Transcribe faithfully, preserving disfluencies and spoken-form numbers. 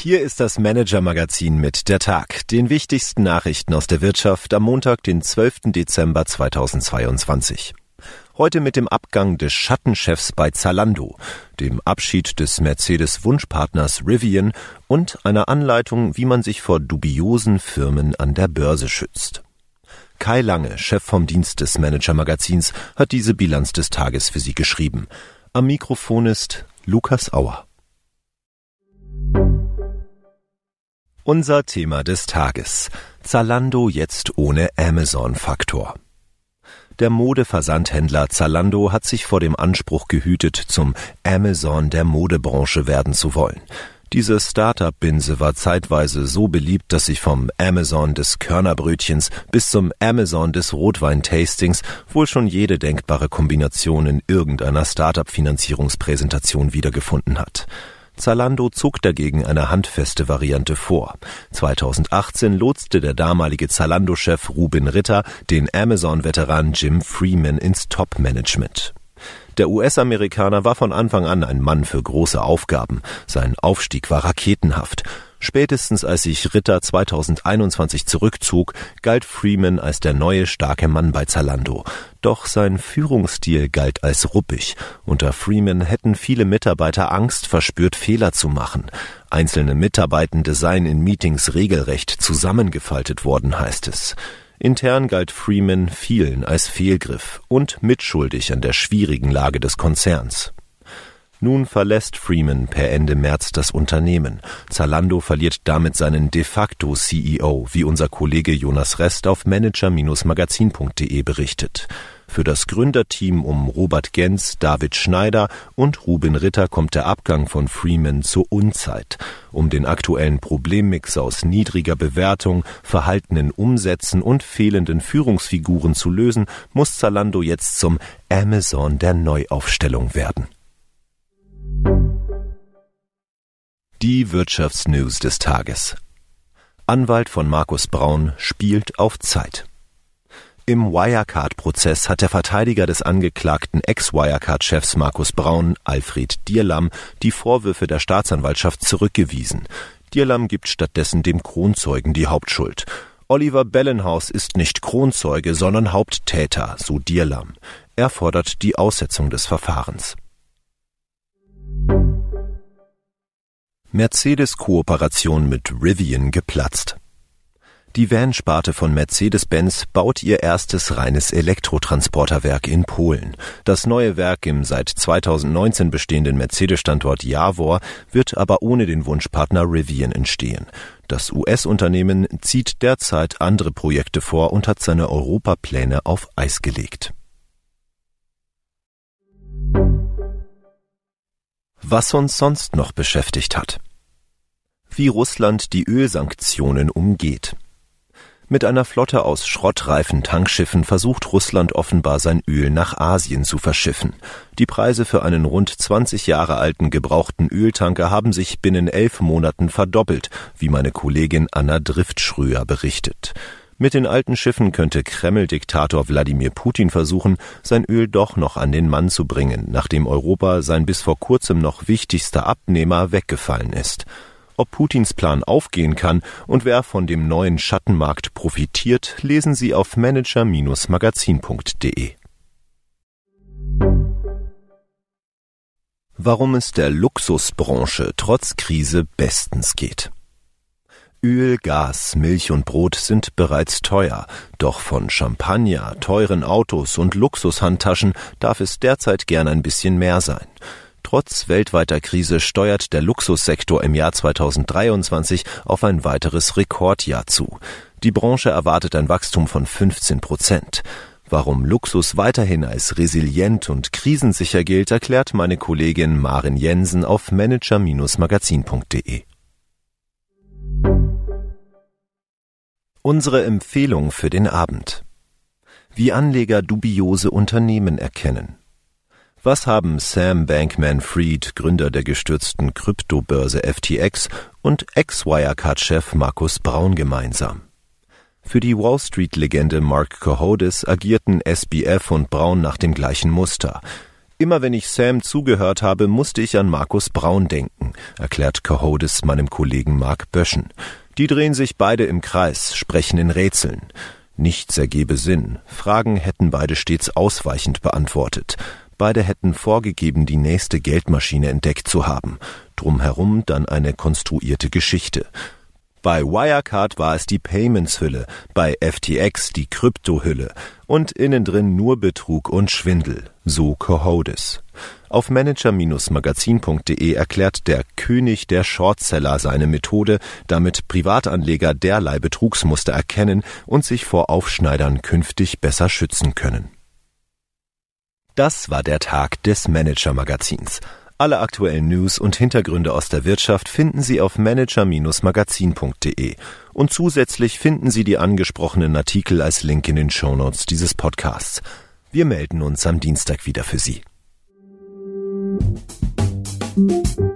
Hier ist das Manager-Magazin mit der Tag, den wichtigsten Nachrichten aus der Wirtschaft am Montag, den zwölften Dezember zweitausendzweiundzwanzig. Heute mit dem Abgang des Schattenchefs bei Zalando, dem Abschied des Mercedes-Wunschpartners Rivian und einer Anleitung, wie man sich vor dubiosen Firmen an der Börse schützt. Kai Lange, Chef vom Dienst des Manager-Magazins, hat diese Bilanz des Tages für Sie geschrieben. Am Mikrofon ist Lukas Auer. Unser Thema des Tages: Zalando jetzt ohne Amazon-Faktor. Der Modeversandhändler Zalando hat sich vor dem Anspruch gehütet, zum Amazon der Modebranche werden zu wollen. Diese Start-up-Binse war zeitweise so beliebt, dass sich vom Amazon des Körnerbrötchens bis zum Amazon des Rotwein-Tastings wohl schon jede denkbare Kombination in irgendeiner Start-up-Finanzierungspräsentation wiedergefunden hat. Zalando zog dagegen eine handfeste Variante vor. zweitausendachtzehn lotste der damalige Zalando-Chef Rubin Ritter den Amazon-Veteran Jim Freeman ins Top-Management. Der U S-Amerikaner war von Anfang an ein Mann für große Aufgaben. Sein Aufstieg war raketenhaft. Spätestens als sich Ritter zweitausendeinundzwanzig zurückzog, galt Freeman als der neue starke Mann bei Zalando. Doch sein Führungsstil galt als ruppig. Unter Freeman hätten viele Mitarbeiter Angst verspürt, Fehler zu machen. Einzelne Mitarbeitende seien in Meetings regelrecht zusammengefaltet worden, heißt es. Intern galt Freeman vielen als Fehlgriff und mitschuldig an der schwierigen Lage des Konzerns. Nun verlässt Freeman per Ende März das Unternehmen. Zalando verliert damit seinen de facto C E O, wie unser Kollege Jonas Rest auf manager Bindestrich magazin punkt de berichtet. Für das Gründerteam um Robert Genz, David Schneider und Rubin Ritter kommt der Abgang von Freeman zur Unzeit. Um den aktuellen Problemmix aus niedriger Bewertung, verhaltenen Umsätzen und fehlenden Führungsfiguren zu lösen, muss Zalando jetzt zum Amazon der Neuaufstellung werden. Die Wirtschaftsnews des Tages. Anwalt von Markus Braun spielt auf Zeit. Im Wirecard-Prozess hat der Verteidiger des angeklagten Ex-Wirecard-Chefs Markus Braun, Alfred Dierlam, die Vorwürfe der Staatsanwaltschaft zurückgewiesen. Dierlam gibt stattdessen dem Kronzeugen die Hauptschuld. Oliver Bellenhaus ist nicht Kronzeuge, sondern Haupttäter, so Dierlam. Er fordert die Aussetzung des Verfahrens. Mercedes-Kooperation mit Rivian geplatzt. Die Van-Sparte von Mercedes-Benz baut ihr erstes reines Elektrotransporterwerk in Polen. Das neue Werk im seit zweitausendneunzehn bestehenden Mercedes-Standort Jawor wird aber ohne den Wunschpartner Rivian entstehen. Das U S-Unternehmen zieht derzeit andere Projekte vor und hat seine Europapläne auf Eis gelegt. Was uns sonst noch beschäftigt hat. Wie Russland die Ölsanktionen umgeht. Mit einer Flotte aus schrottreifen Tankschiffen versucht Russland offenbar sein Öl nach Asien zu verschiffen. Die Preise für einen rund zwanzig Jahre alten gebrauchten Öltanker haben sich binnen elf Monaten verdoppelt, wie meine Kollegin Anna Driftschröer berichtet. Mit den alten Schiffen könnte Kreml-Diktator Wladimir Putin versuchen, sein Öl doch noch an den Mann zu bringen, nachdem Europa sein bis vor kurzem noch wichtigster Abnehmer weggefallen ist. Ob Putins Plan aufgehen kann und wer von dem neuen Schattenmarkt profitiert, lesen Sie auf manager Bindestrich magazin punkt de. Warum es der Luxusbranche trotz Krise bestens geht. Öl, Gas, Milch und Brot sind bereits teuer, doch von Champagner, teuren Autos und Luxushandtaschen darf es derzeit gern ein bisschen mehr sein. Trotz weltweiter Krise steuert der Luxussektor im Jahr zweitausenddreiundzwanzig auf ein weiteres Rekordjahr zu. Die Branche erwartet ein Wachstum von fünfzehn Prozent. Warum Luxus weiterhin als resilient und krisensicher gilt, erklärt meine Kollegin Maren Jensen auf manager Bindestrich magazin punkt de. Unsere Empfehlung für den Abend. Wie Anleger dubiose Unternehmen erkennen. Was haben Sam Bankman-Fried, Gründer der gestürzten Kryptobörse F T X, und Ex-Wirecard-Chef Markus Braun gemeinsam? Für die Wall Street-Legende Mark Cohodes agierten S B F und Braun nach dem gleichen Muster. Immer wenn ich Sam zugehört habe, musste ich an Markus Braun denken, erklärt Cohodes meinem Kollegen Mark Böschen. Die drehen sich beide im Kreis, sprechen in Rätseln. Nichts ergebe Sinn. Fragen hätten beide stets ausweichend beantwortet. Beide hätten vorgegeben, die nächste Geldmaschine entdeckt zu haben. Drumherum dann eine konstruierte Geschichte. Bei Wirecard war es die Payments-Hülle, bei F T X die Krypto-Hülle und innendrin nur Betrug und Schwindel, so Cohodes. Auf manager Bindestrich magazin punkt de erklärt der König der Shortseller seine Methode, damit Privatanleger derlei Betrugsmuster erkennen und sich vor Aufschneidern künftig besser schützen können. Das war der Tag des Manager-Magazins. Alle aktuellen News und Hintergründe aus der Wirtschaft finden Sie auf manager Bindestrich magazin punkt de und zusätzlich finden Sie die angesprochenen Artikel als Link in den Shownotes dieses Podcasts. Wir melden uns am Dienstag wieder für Sie.